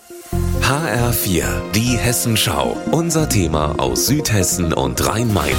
HR4, die Hessenschau. Unser Thema aus Südhessen und Rhein-Main.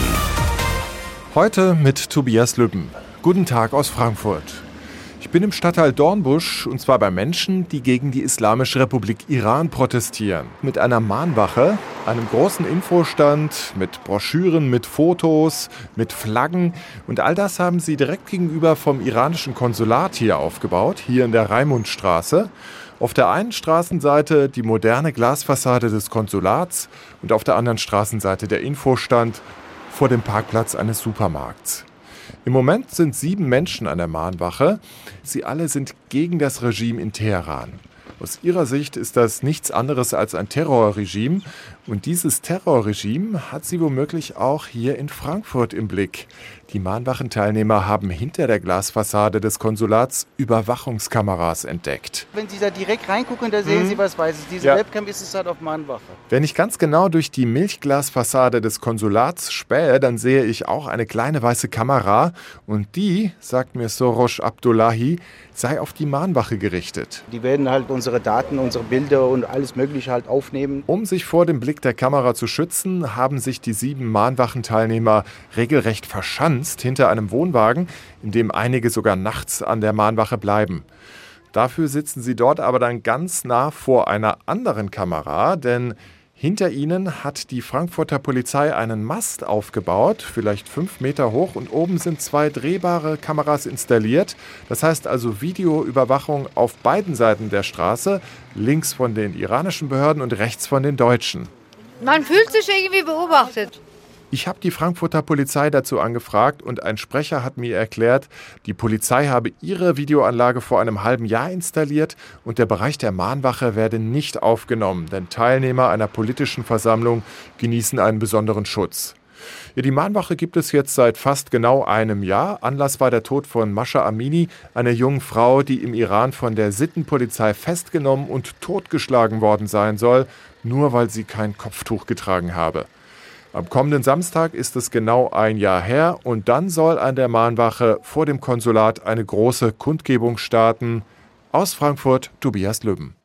Heute mit Tobias Lübben. Guten Tag aus Frankfurt. Ich bin im Stadtteil Dornbusch und zwar bei Menschen, die gegen die Islamische Republik Iran protestieren. Mit einer Mahnwache, einem großen Infostand, mit Broschüren, mit Fotos, mit Flaggen. Und all das haben sie direkt gegenüber vom iranischen Konsulat hier aufgebaut, hier in der Raimundstraße. Auf der einen Straßenseite die moderne Glasfassade des Konsulats und auf der anderen Straßenseite der Infostand vor dem Parkplatz eines Supermarkts. Im Moment sind 7 Menschen an der Mahnwache. Sie alle sind gegen das Regime in Teheran. Aus ihrer Sicht ist das nichts anderes als ein Terrorregime. Und dieses Terrorregime hat sie womöglich auch hier in Frankfurt im Blick. Die Mahnwachenteilnehmer haben hinter der Glasfassade des Konsulats Überwachungskameras entdeckt. Wenn Sie da direkt reingucken, da sehen Sie was Weißes. Diese Webcam ist es halt auf Mahnwache. Wenn ich ganz genau durch die Milchglasfassade des Konsulats spähe, dann sehe ich auch eine kleine weiße Kamera. Und die, sagt mir Soros Abdullahi, sei auf die Mahnwache gerichtet. Die werden halt unsere Daten, unsere Bilder und alles Mögliche halt aufnehmen. Um sich vor dem Blick der Kamera zu schützen, haben sich die 7 Mahnwachenteilnehmer regelrecht verschanzt hinter einem Wohnwagen, in dem einige sogar nachts an der Mahnwache bleiben. Dafür sitzen sie dort aber dann ganz nah vor einer anderen Kamera, denn hinter ihnen hat die Frankfurter Polizei einen Mast aufgebaut, vielleicht 5 Meter hoch, und oben sind 2 drehbare Kameras installiert. Das heißt also Videoüberwachung auf beiden Seiten der Straße, links von den iranischen Behörden und rechts von den deutschen. Man fühlt sich irgendwie beobachtet. Ich habe die Frankfurter Polizei dazu angefragt und ein Sprecher hat mir erklärt, die Polizei habe ihre Videoanlage vor einem halben Jahr installiert und der Bereich der Mahnwache werde nicht aufgenommen, denn Teilnehmer einer politischen Versammlung genießen einen besonderen Schutz. Ja, die Mahnwache gibt es jetzt seit fast genau einem Jahr. Anlass war der Tod von Masha Amini, einer jungen Frau, die im Iran von der Sittenpolizei festgenommen und totgeschlagen worden sein soll, nur weil sie kein Kopftuch getragen habe. Am kommenden Samstag ist es genau ein Jahr her und dann soll an der Mahnwache vor dem Konsulat eine große Kundgebung starten. Aus Frankfurt, Tobias Lübben.